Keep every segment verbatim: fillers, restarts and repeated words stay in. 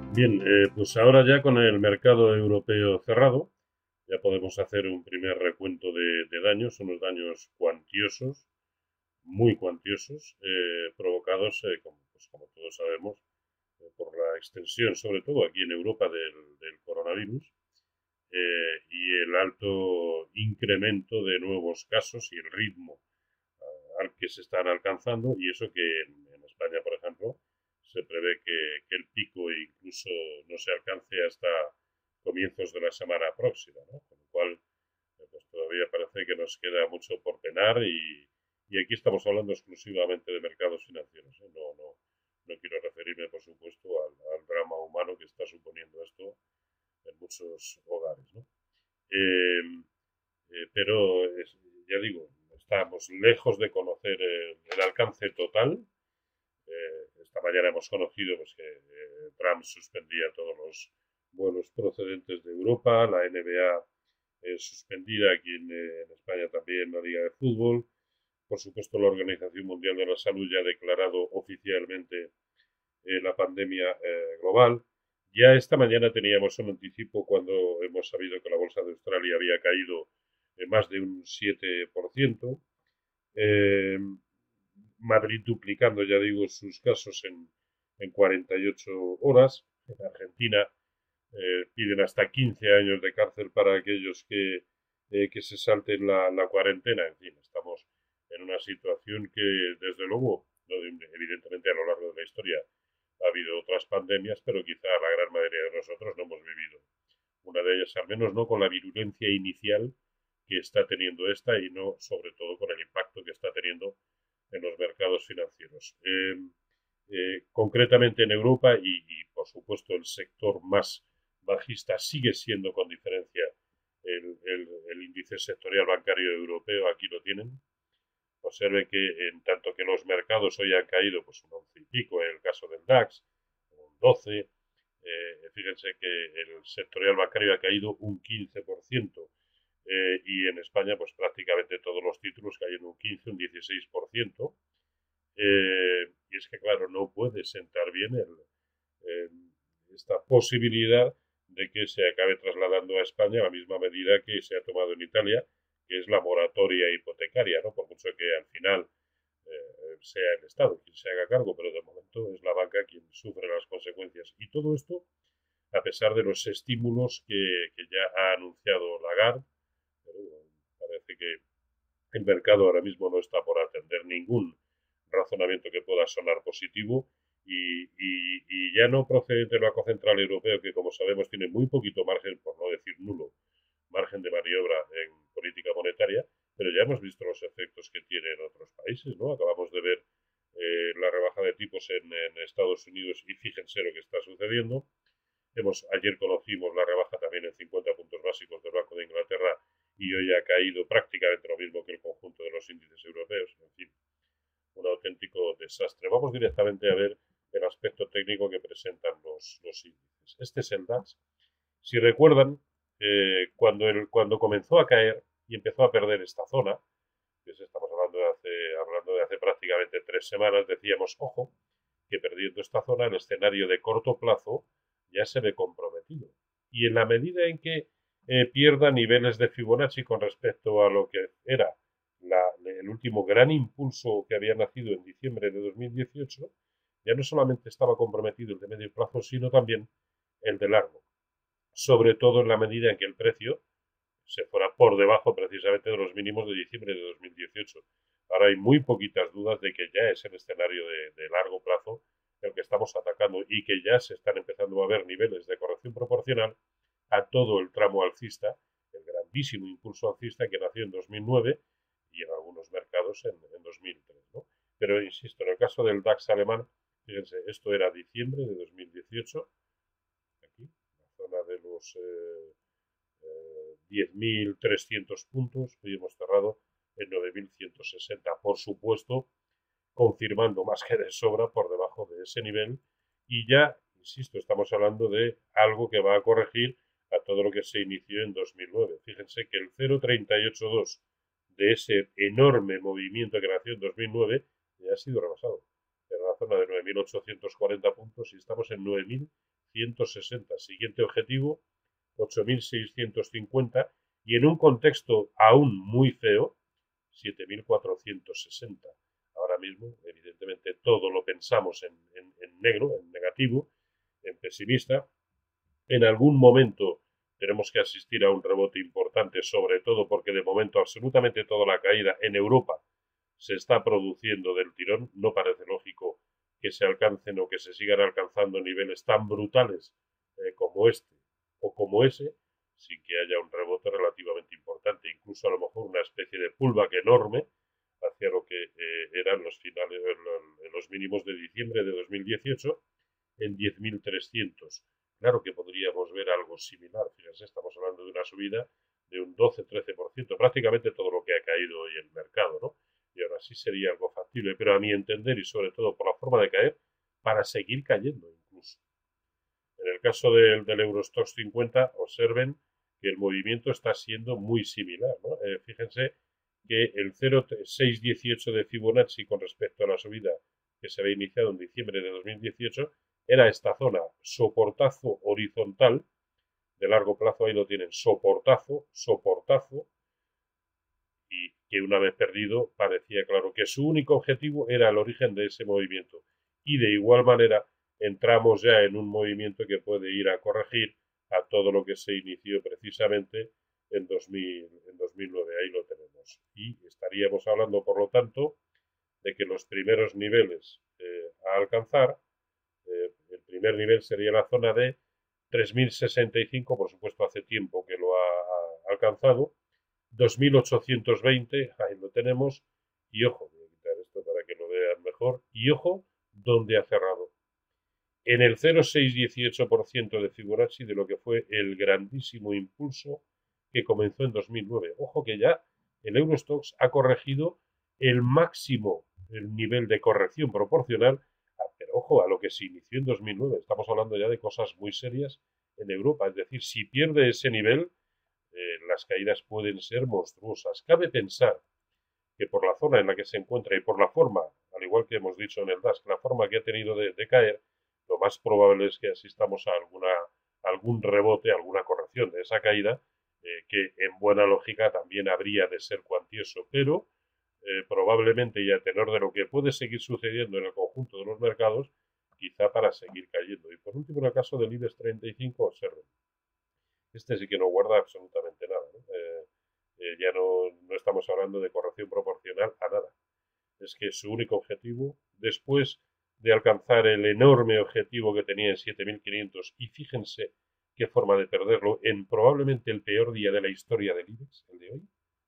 Bien, eh, pues ahora ya con el mercado europeo cerrado, ya podemos hacer un primer recuento de, de daños, unos daños cuantiosos, muy cuantiosos, eh, provocados, eh, como, pues como todos sabemos, eh, por la extensión, sobre todo aquí en Europa, del, del coronavirus eh, y el alto incremento de nuevos casos y el ritmo uh, al que se están alcanzando, y eso que en, en España, por ejemplo, se prevé que, que, el pico incluso no se alcance hasta comienzos de la semana próxima, ¿no? Con lo cual, eh, pues todavía parece que nos queda mucho por penar y, y aquí estamos hablando exclusivamente de mercados financieros. ¿eh? No, no, no quiero referirme, por supuesto, al, al drama humano que está suponiendo esto en muchos hogares, ¿no? Eh, eh, pero es, ya digo, estamos lejos de conocer el, el alcance total. Eh, esta mañana hemos conocido pues, que eh, Trump suspendía todos los vuelos procedentes de Europa, la N B A eh, suspendida aquí en, eh, en España también la Liga de Fútbol. Por supuesto, la Organización Mundial de la Salud ya ha declarado oficialmente eh, la pandemia eh, global. Ya esta mañana teníamos un anticipo cuando hemos sabido que la bolsa de Australia había caído en más de un siete por ciento. Eh, Madrid duplicando, ya digo, sus casos en, en cuarenta y ocho horas. En Argentina eh, piden hasta quince años de cárcel para aquellos que, eh, que se salten la, la, cuarentena. En fin, estamos en una situación que, desde luego, evidentemente a lo largo de la historia ha habido otras pandemias, pero quizá la gran mayoría de nosotros no hemos vivido una de ellas, al menos no con la virulencia inicial que está teniendo esta y no sobre todo con el impacto que está teniendo en los mercados financieros. Eh, eh, concretamente en Europa y, y, por supuesto, el sector más bajista sigue siendo con diferencia el, el, el índice sectorial bancario europeo. Aquí lo tienen. Observe que en tanto que los mercados hoy han caído pues un once y pico, en el caso del DAX, un doce, eh, fíjense que el sectorial bancario ha caído un quince por ciento eh, y en España pues prácticamente todos los títulos caen un quince, un dieciséis por ciento. Eh, y es que claro, no puede sentar bien el, eh, esta posibilidad de que se acabe trasladando a España a la misma medida que se ha tomado en Italia, que es la moratoria hipotecaria, ¿no? Por mucho que al final eh, sea el Estado quien se haga cargo, pero de momento es la banca quien sufre las consecuencias. Y todo esto a pesar de los estímulos que, que ya ha anunciado Lagarde. Pero parece que el mercado ahora mismo no está por atender ningún razonamiento que pueda sonar positivo y, y, y ya no procedente del Banco Central Europeo, que como sabemos tiene muy poquito margen, por no decir nulo, margen de maniobra en política monetaria, pero ya hemos visto los efectos que tiene en otros países, ¿no? Acabamos de ver eh, la rebaja de tipos en, en Estados Unidos y fíjense lo que está sucediendo. Hemos, ayer conocimos la rebaja también en cincuenta puntos básicos del Banco de Inglaterra y hoy ha caído prácticamente lo mismo que el conjunto de los índices europeos. En fin, un auténtico desastre. Vamos directamente a ver el aspecto técnico que presentan los, los índices. Este es el DAX. Si recuerdan, eh, cuando, el, cuando comenzó a caer y empezó a perder esta zona, que estamos hablando de, hace, hablando de hace prácticamente tres semanas, decíamos, ojo, que perdiendo esta zona el escenario de corto plazo ya se ve comprometido. Y en la medida en que eh, pierda niveles de Fibonacci con respecto a lo que era la, el último gran impulso que había nacido en diciembre de dos mil dieciocho, ya no solamente estaba comprometido el de medio plazo, sino también el de largo. Sobre todo en la medida en que el precio se fuera por debajo precisamente de los mínimos de diciembre de dos mil dieciocho. Ahora hay muy poquitas dudas de que ya es el escenario de, de largo plazo el que estamos atacando y que ya se están empezando a ver niveles de corrección proporcional a todo el tramo alcista, el grandísimo impulso alcista que nació en dos mil nueve y en algunos mercados en, en dos mil tres. ¿no? Pero insisto, en el caso del DAX alemán, fíjense, esto era diciembre de dos mil dieciocho, aquí, la zona de los eh, eh, diez mil trescientos puntos, hoy hemos cerrado en nueve mil ciento sesenta, por supuesto, confirmando más que de sobra por debajo de ese nivel y ya, insisto, estamos hablando de algo que va a corregir a todo lo que se inició en dos mil nueve. Fíjense que el cero coma treinta y ochenta y dos de ese enorme movimiento que nació en dos mil nueve ya ha sido rebasado. En la zona de nueve mil ochocientos cuarenta puntos y estamos en nueve mil ochocientos sesenta. Siguiente objetivo, ocho mil seiscientos cincuenta. Y en un contexto aún muy feo, siete mil cuatrocientos sesenta. Ahora mismo, evidentemente, todo lo pensamos en, en, en negro, en negativo, en pesimista. En algún momento tenemos que asistir a un rebote importante, sobre todo porque de momento absolutamente toda la caída en Europa se está produciendo del tirón. No parece lógico que se alcancen o que se sigan alcanzando niveles tan brutales eh, como este o como ese, sin que haya un rebote relativamente importante, incluso a lo mejor una especie de pullback enorme hacia lo que eh, eran los finales, en los mínimos de diciembre de dos mil dieciocho en diez mil trescientos. Claro que podríamos ver algo similar. Fíjense, estamos hablando de una subida de un doce trece por ciento, prácticamente todo lo que ha caído hoy el mercado, ¿no? Y ahora sí sería algo factible, pero a mi entender, y sobre todo por la forma de caer, para seguir cayendo incluso. En el caso del, del Eurostoxx cincuenta, observen que el movimiento está siendo muy similar, ¿no? Eh, fíjense que el cero coma seiscientos dieciocho de Fibonacci con respecto a la subida que se había iniciado en diciembre de dos mil dieciocho era esta zona, soportazo horizontal, de largo plazo, ahí lo tienen, soportazo, soportazo, y que una vez perdido parecía claro que su único objetivo era el origen de ese movimiento. Y de igual manera entramos ya en un movimiento que puede ir a corregir a todo lo que se inició precisamente en, dos mil, en dos mil nueve. Ahí lo tenemos. Y estaríamos hablando, por lo tanto, de que los primeros niveles eh, a alcanzar, eh, el primer nivel sería la zona de tres mil sesenta y cinco, por supuesto hace tiempo que lo ha, ha alcanzado, dos mil ochocientos veinte, ahí lo tenemos, y ojo, voy a quitar esto para que lo vean mejor, y ojo, donde ha cerrado. En el cero coma seiscientos dieciocho por ciento de Fibonacci de lo que fue el grandísimo impulso que comenzó en dos mil nueve. Ojo que ya el Eurostoxx ha corregido el máximo, el nivel de corrección proporcional, pero ojo, a lo que se inició en dos mil nueve. Estamos hablando ya de cosas muy serias en Europa. Es decir, si pierde ese nivel, eh, las caídas pueden ser monstruosas. Cabe pensar que por la zona en la que se encuentra y por la forma, al igual que hemos dicho en el D A S, la forma que ha tenido de, de caer, lo más probable es que asistamos a alguna, algún rebote, alguna corrección de esa caída, eh, que en buena lógica también habría de ser cuantioso, pero eh, probablemente, y a tenor de lo que puede seguir sucediendo en el conjunto de los mercados, quizá para seguir cayendo. Y por último, en el caso del IBEX treinta y cinco, observen. Este sí que no guarda absolutamente nada, ¿no? Eh, eh, ya no, no estamos hablando de corrección proporcional a nada. Es que su único objetivo, después de alcanzar el enorme objetivo que tenía en siete mil quinientos, y fíjense qué forma de perderlo en probablemente el peor día de la historia del IBEX, el de hoy,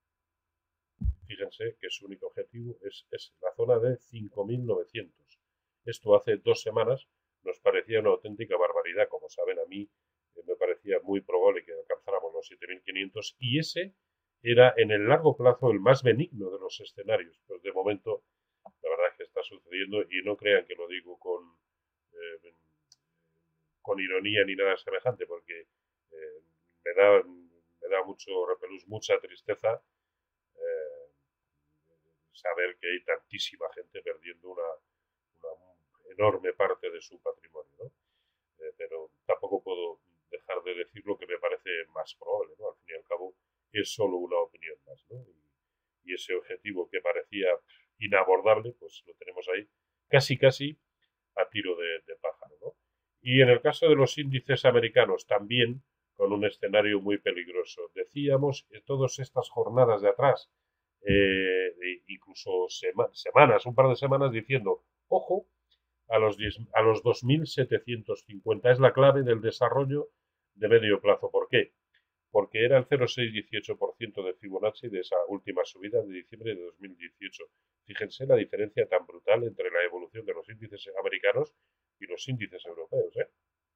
fíjense que su único objetivo es, es la zona de cinco mil novecientos. Esto hace dos semanas nos parecía una auténtica barbaridad. Como saben, a mí eh, me parecía muy probable que alcanzáramos los siete mil quinientos, y ese era en el largo plazo el más benigno de los escenarios. Pues de momento, la verdad es que está sucediendo, y no crean que lo digo con, eh, con ironía ni nada semejante, porque eh, me, da, me da mucho repelús, mucha tristeza eh, saber que hay tantísima gente perdiendo una, una enorme parte de su patrimonio, ¿no? Eh, pero tampoco puedo dejar de decir lo que me parece más probable, ¿no? Al fin y al cabo es solo una opinión más, ¿no? Y, y ese objetivo que parecía inabordable, pues lo tenemos ahí casi casi a tiro de, de pájaro, ¿no? Y en el caso de los índices americanos también con un escenario muy peligroso. Decíamos que todas estas jornadas de atrás, eh, incluso sema, semanas, un par de semanas diciendo, ojo, a los, diez, a los dos mil setecientos cincuenta. Es la clave del desarrollo de medio plazo. ¿Por qué? Porque era el cero coma seiscientos dieciocho por ciento de Fibonacci de esa última subida de diciembre de dos mil dieciocho. Fíjense la diferencia tan brutal entre la evolución de los índices americanos y los índices europeos, ¿eh?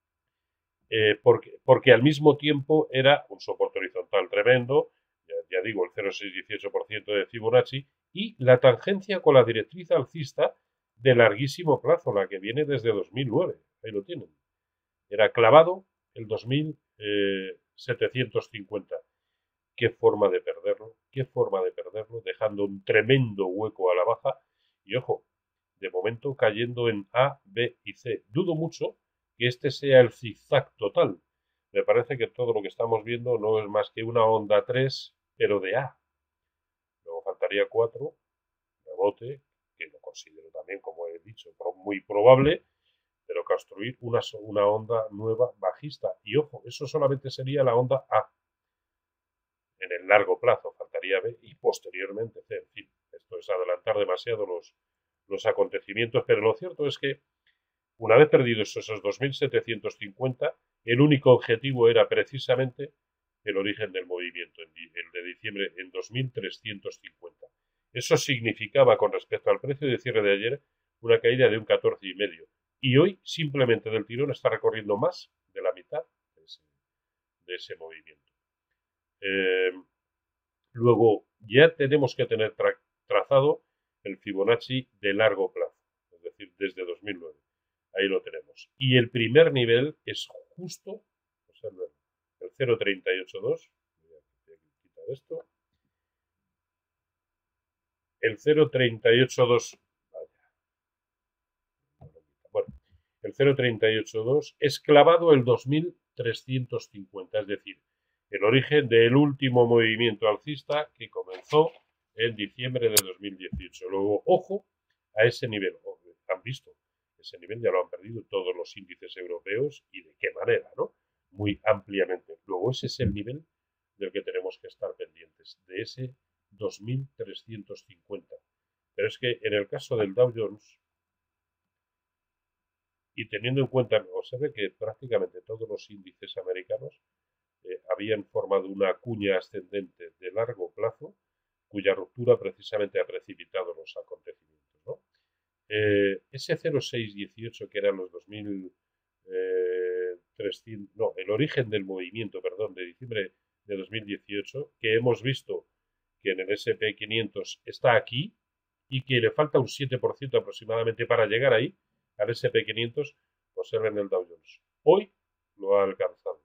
Eh, porque, porque al mismo tiempo era un soporte horizontal tremendo, ya, ya digo, el cero coma seiscientos dieciocho por ciento de Fibonacci, y la tangencia con la directriz alcista de larguísimo plazo, la que viene desde dos mil nueve. Ahí lo tienen. Era clavado el dos mil setecientos cincuenta. Qué forma de perderlo, qué forma de perderlo, dejando un tremendo hueco a la baja. Y ojo, de momento cayendo en A, B y C. Dudo mucho que este sea el zigzag total. Me parece que todo lo que estamos viendo no es más que una onda tres, pero de A. Luego faltaría cuatro, rebote, que lo considero también, como he dicho, muy probable, pero construir una, una onda nueva bajista. Y ojo, eso solamente sería la onda A. En el largo plazo faltaría B y posteriormente C. En fin, esto es adelantar demasiado los, los acontecimientos, pero lo cierto es que una vez perdidos esos dos mil setecientos cincuenta, el único objetivo era precisamente el origen del movimiento, el de diciembre en dos mil trescientos cincuenta. Eso significaba, con respecto al precio de cierre de ayer, una caída de un catorce coma cinco. Y hoy, simplemente del tirón, está recorriendo más de la mitad de ese, de ese movimiento. Eh, luego, ya tenemos que tener tra trazado el Fibonacci de largo plazo, es decir, desde dos mil nueve. Ahí lo tenemos. Y el primer nivel es justo, observen, el cero coma treinta y ocho dos. Voy a quitar esto. El cero coma treinta y ocho dos. Bueno, el cero coma treinta y ocho dos es clavado el dos mil trescientos cincuenta, es decir, el origen del último movimiento alcista que comenzó en diciembre de dos mil dieciocho. Luego, ojo a ese nivel. Han visto, ese nivel ya lo han perdido todos los índices europeos y de qué manera, ¿no? Muy ampliamente. Luego, ese es el nivel del que tenemos que estar pendientes, de ese dos mil trescientos cincuenta. Pero es que en el caso del Dow Jones, y teniendo en cuenta, observe que prácticamente todos los índices americanos eh, habían formado una cuña ascendente de largo plazo, cuya ruptura precisamente ha precipitado los acontecimientos, ¿no? Eh, ese cero coma seis dieciocho, que eran los dos mil trescientos, no, el origen del movimiento, perdón, de diciembre de dos mil dieciocho, que hemos visto que en el ese and pe quinientos está aquí y que le falta un siete por ciento aproximadamente para llegar ahí, al ese and pe quinientos, observen el Dow Jones. Hoy lo ha alcanzado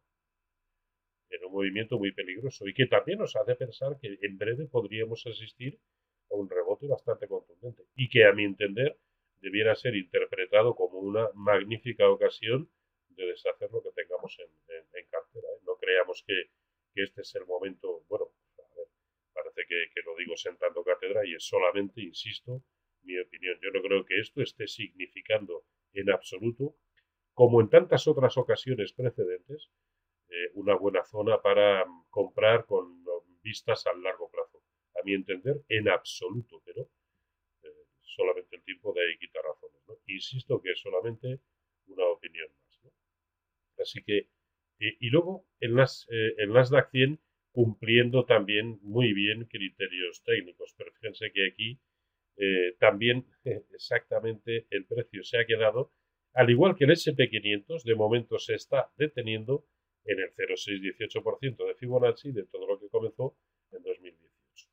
en un movimiento muy peligroso y que también nos hace pensar que en breve podríamos asistir a un rebote bastante contundente y que, a mi entender, debiera ser interpretado como una magnífica ocasión de deshacer lo que tengamos en, en, en cartera. ¿eh? No creamos que, que este es el momento, bueno, a ver, parece que, que lo digo sentando cátedra y es solamente, insisto, mi opinión. Yo no creo que esto esté significando en absoluto, como en tantas otras ocasiones precedentes, eh, una buena zona para comprar con vistas al largo plazo. A mi entender, en absoluto, pero eh, solamente el tiempo de ahí quita razones, ¿no? Insisto que es solamente una opinión más, ¿no? Así que, eh, y luego el, Nas, eh, el Nasdaq cien cumpliendo también muy bien criterios técnicos, pero fíjense que aquí eh, también eh, exactamente el precio se ha quedado, al igual que el ese and pe quinientos, de momento se está deteniendo en el cero coma seis dieciocho por ciento de Fibonacci de todo lo que comenzó en dos mil dieciocho.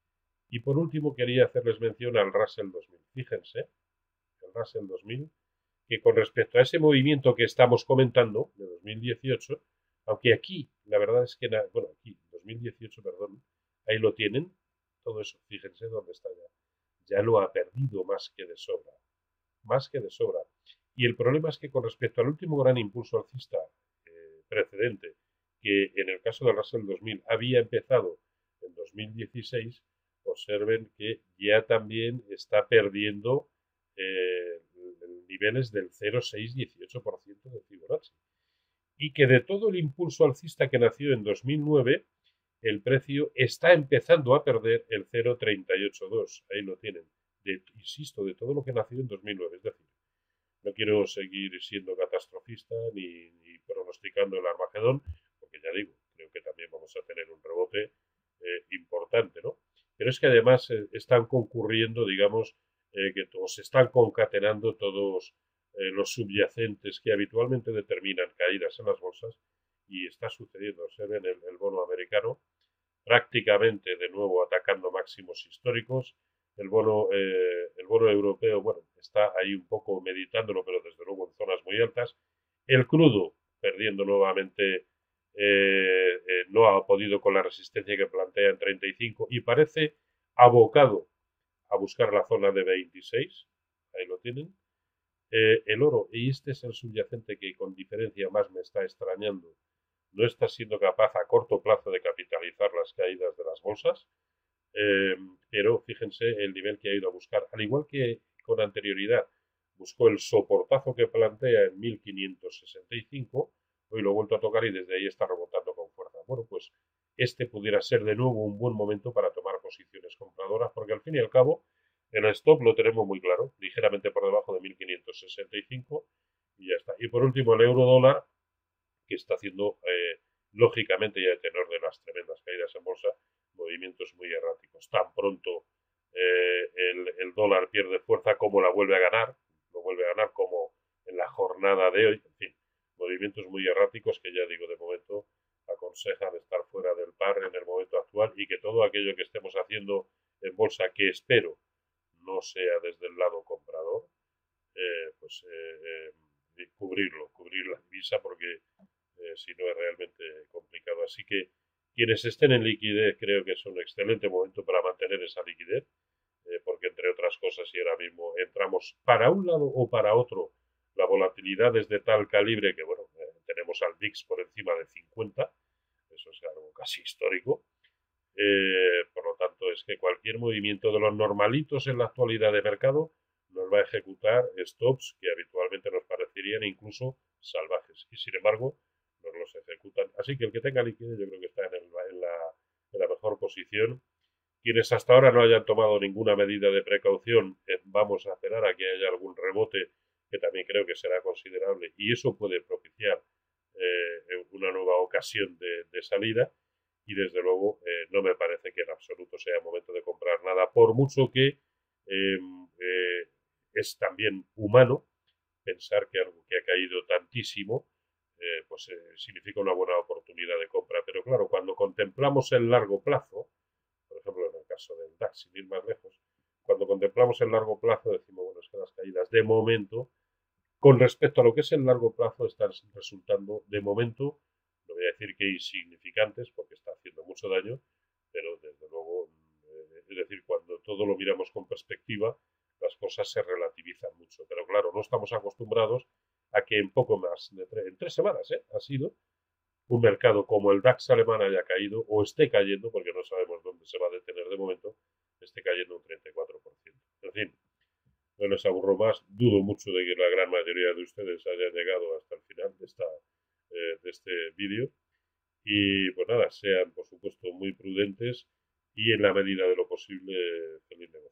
Y por último quería hacerles mención al Russell dos mil. Fíjense, el Russell dos mil, que con respecto a ese movimiento que estamos comentando de dos mil dieciocho, aunque aquí, la verdad es que, bueno, aquí, dos mil dieciocho, perdón, ahí lo tienen, todo eso, fíjense dónde está ya. Ya lo ha perdido más que de sobra, más que de sobra. Y el problema es que con respecto al último gran impulso alcista eh, precedente, que en el caso del Russell dos mil había empezado en dos mil dieciséis, observen que ya también está perdiendo eh, niveles del cero coma seis dieciocho por ciento de Fibonacci. Y que de todo el impulso alcista que nació en dos mil nueve, el precio está empezando a perder el cero coma treinta y ocho dos. Ahí lo tienen. De, insisto, de todo lo que nació en dos mil nueve. Es decir, no quiero seguir siendo catastrofista ni, ni pronosticando el Armagedón, porque ya digo, creo que también vamos a tener un rebote eh, importante, ¿no? Pero es que además eh, están concurriendo, digamos, eh, que todos se están concatenando todos eh, los subyacentes que habitualmente determinan caídas en las bolsas y está sucediendo, se ve en el, el bono americano, prácticamente de nuevo atacando máximos históricos. El bono, eh, el bono europeo, bueno, está ahí un poco meditándolo, pero desde luego en zonas muy altas. El crudo, perdiendo nuevamente, eh, eh, no ha podido con la resistencia que plantea en treinta y cinco y parece abocado a buscar la zona de veintiséis. Ahí lo tienen. Eh, el oro, y este es el subyacente que con diferencia más me está extrañando, no está siendo capaz a corto plazo de capitalizar las caídas de las bolsas, eh, pero fíjense el nivel que ha ido a buscar, al igual que con anterioridad buscó el soportazo que plantea en mil quinientos sesenta y cinco, hoy lo ha vuelto a tocar y desde ahí está rebotando con fuerza. Bueno, pues este pudiera ser de nuevo un buen momento para tomar posiciones compradoras, porque al fin y al cabo el stop lo tenemos muy claro, ligeramente por debajo de mil quinientos sesenta y cinco y ya está. Y por último el euro dólar, que está haciendo, eh, lógicamente, ya de tenor de las tremendas caídas en bolsa, movimientos muy erráticos. Tan pronto eh, el, el, dólar pierde fuerza como la vuelve a ganar, lo vuelve a ganar como en la jornada de hoy, en fin, movimientos muy erráticos que ya digo, de momento aconsejan estar fuera del par en el momento actual y que todo aquello que estemos haciendo en bolsa, que espero no sea desde el lado comprador, eh, pues eh, eh, cubrirlo, cubrir la divisa porque eh, si no es realmente complicado. Así que quienes estén en liquidez creo que es un excelente momento para mantener esa liquidez, eh, porque entre otras cosas, y ahora mismo entramos para un lado o para otro, la volatilidad es de tal calibre que, bueno, eh, tenemos al V I X por encima de cincuenta, eso es algo casi histórico. Eh, por lo tanto, es que cualquier movimiento de los normalitos en la actualidad de mercado nos va a ejecutar stops que habitualmente nos parecerían incluso salvajes. Y sin embargo, nos los ejecutan. Así que el que tenga liquidez yo creo que está en, el, en, la, en la mejor posición. Quienes hasta ahora no hayan tomado ninguna medida de precaución, eh, vamos a esperar a que haya algún rebote que también creo que será considerable y eso puede propiciar eh, una nueva ocasión de, de salida. Y desde luego eh, no me parece que en absoluto sea momento de comprar nada, por mucho que eh, eh, es también humano pensar que algo que ha caído tantísimo eh, pues eh, significa una buena oportunidad de compra. Pero claro, cuando contemplamos el largo plazo, por ejemplo en el caso del DAX, sin ir más lejos, cuando contemplamos el largo plazo decimos, bueno, es que las caídas de momento, con respecto a lo que es el largo plazo, están resultando de momento, no voy a decir que insignificantes, porque está haciendo mucho daño, pero desde luego, eh, es decir, cuando todo lo miramos con perspectiva, las cosas se relativizan mucho. Pero claro, no estamos acostumbrados a que en poco más de tres, en tres semanas ¿eh? ha sido un mercado como el DAX alemán haya caído o esté cayendo, porque no sabemos dónde se va a detener de momento, esté cayendo un treinta y cuatro por ciento. En fin, no les aburro más. Dudo mucho de que la gran mayoría de ustedes hayan llegado hasta el final de, esta, eh, de este vídeo. Y pues nada, sean por supuesto muy prudentes y en la medida de lo posible feliz negocio.